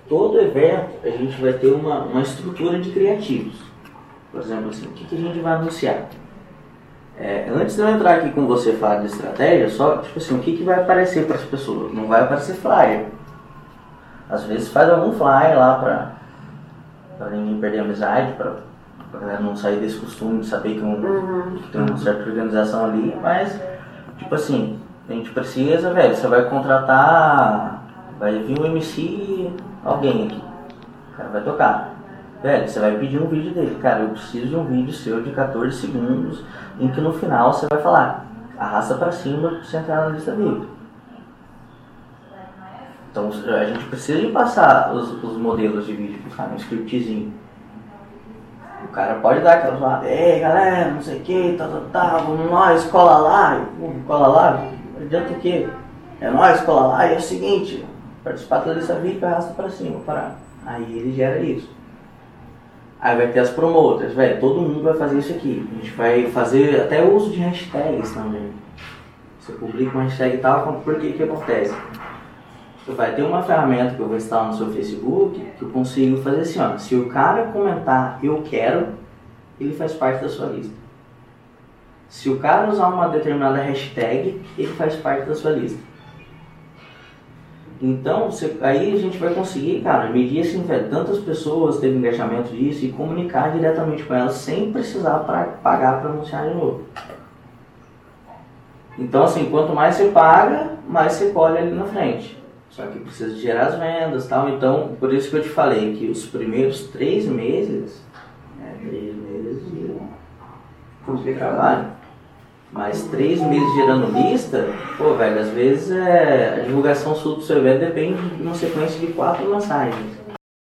todo evento a gente vai ter uma estrutura de criativos. Por exemplo, assim, o que a gente vai anunciar? Antes de eu entrar aqui com você falar de estratégia, só tipo assim, o que vai aparecer para as pessoas? Não vai aparecer flyer. Às vezes faz algum flyer lá para ninguém perder a amizade, para a galera não sair desse costume de saber que tem uma certa organização ali, mas tipo assim, a gente precisa, velho, você vai contratar, vai vir um MC, alguém aqui, o cara vai tocar. Velho, você vai pedir um vídeo dele. Cara, eu preciso de um vídeo seu de 14 segundos em que no final você vai falar, arrasta pra cima pra você entrar na lista dele. Então a gente precisa de passar os modelos de vídeo pro cara, um scriptzinho. O cara pode dar aquela zoada, ei galera, não sei o que, vamos nós, cola lá, cola lá, não adianta o quê? É nós, cola lá, e é o seguinte, participar da lista vídeo, arrasta pra cima, parar. Aí ele gera isso. Aí vai ter as promoters, velho, todo mundo vai fazer isso aqui. A gente vai fazer até o uso de hashtags também. Você publica uma hashtag e tal, por que acontece? Você vai ter uma ferramenta que eu vou instalar no seu Facebook, que eu consigo fazer assim, ó. Se o cara comentar eu quero, ele faz parte da sua lista. Se o cara usar uma determinada hashtag, ele faz parte da sua lista. Então, aí a gente vai conseguir, cara, medir assim, velho, tantas pessoas teve engajamento disso e comunicar diretamente com elas sem precisar pagar para anunciar de novo. Então, assim, quanto mais você paga, mais você colhe ali na frente. Só que precisa gerar as vendas e tal. Então, por isso que eu te falei que os primeiros 3 meses, 3 meses de trabalho. Mas 3 meses gerando lista, pô, velho, às vezes a divulgação sua do seu evento depende de uma sequência de 4 mensagens.